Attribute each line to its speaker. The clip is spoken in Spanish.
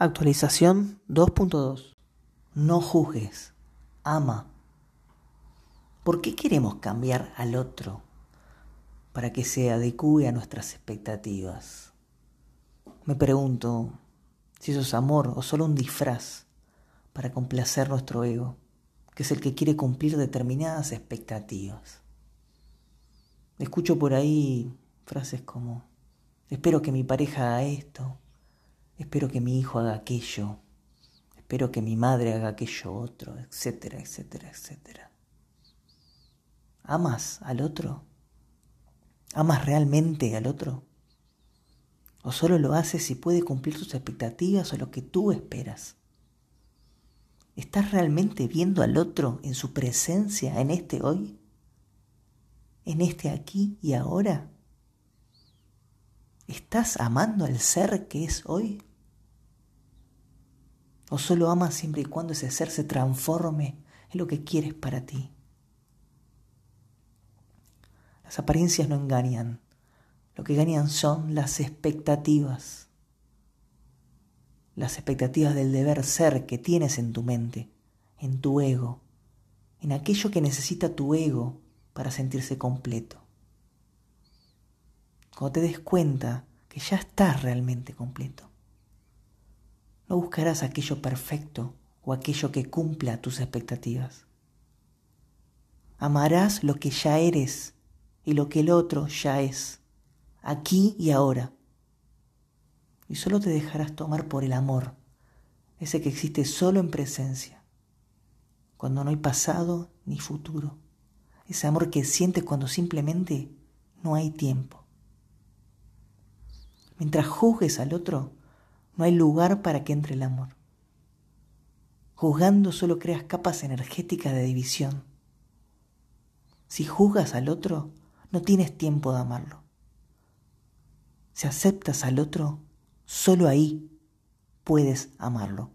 Speaker 1: Actualización 2.2. No juzgues, ama. ¿Por qué queremos cambiar al otro para que se adecue a nuestras expectativas? Me pregunto si eso es amor o solo un disfraz para complacer nuestro ego, que es el que quiere cumplir determinadas expectativas. Escucho por ahí frases como: espero que mi pareja haga esto, espero que mi hijo haga aquello, espero que mi madre haga aquello otro, etcétera, etcétera, etcétera. ¿Amas al otro? ¿Amas realmente al otro? ¿O solo lo haces si puede cumplir tus expectativas o lo que tú esperas? ¿Estás realmente viendo al otro en su presencia en este hoy? ¿En este aquí y ahora? ¿Estás amando al ser que es hoy? ¿O solo amas siempre y cuando ese ser se transforme en lo que quieres para ti? Las apariencias no engañan. Lo que engañan son las expectativas. Las expectativas del deber ser que tienes en tu mente, en tu ego, en aquello que necesita tu ego para sentirse completo. Cuando te des cuenta que ya estás realmente completo, no buscarás aquello perfecto o aquello que cumpla tus expectativas. Amarás lo que ya eres y lo que el otro ya es, aquí y ahora. Y solo te dejarás tomar por el amor, ese que existe solo en presencia, cuando no hay pasado ni futuro. Ese amor que sientes cuando simplemente no hay tiempo. Mientras juzgues al otro, no hay lugar para que entre el amor. Juzgando solo creas capas energéticas de división. Si juzgas al otro, no tienes tiempo de amarlo. Si aceptas al otro, solo ahí puedes amarlo.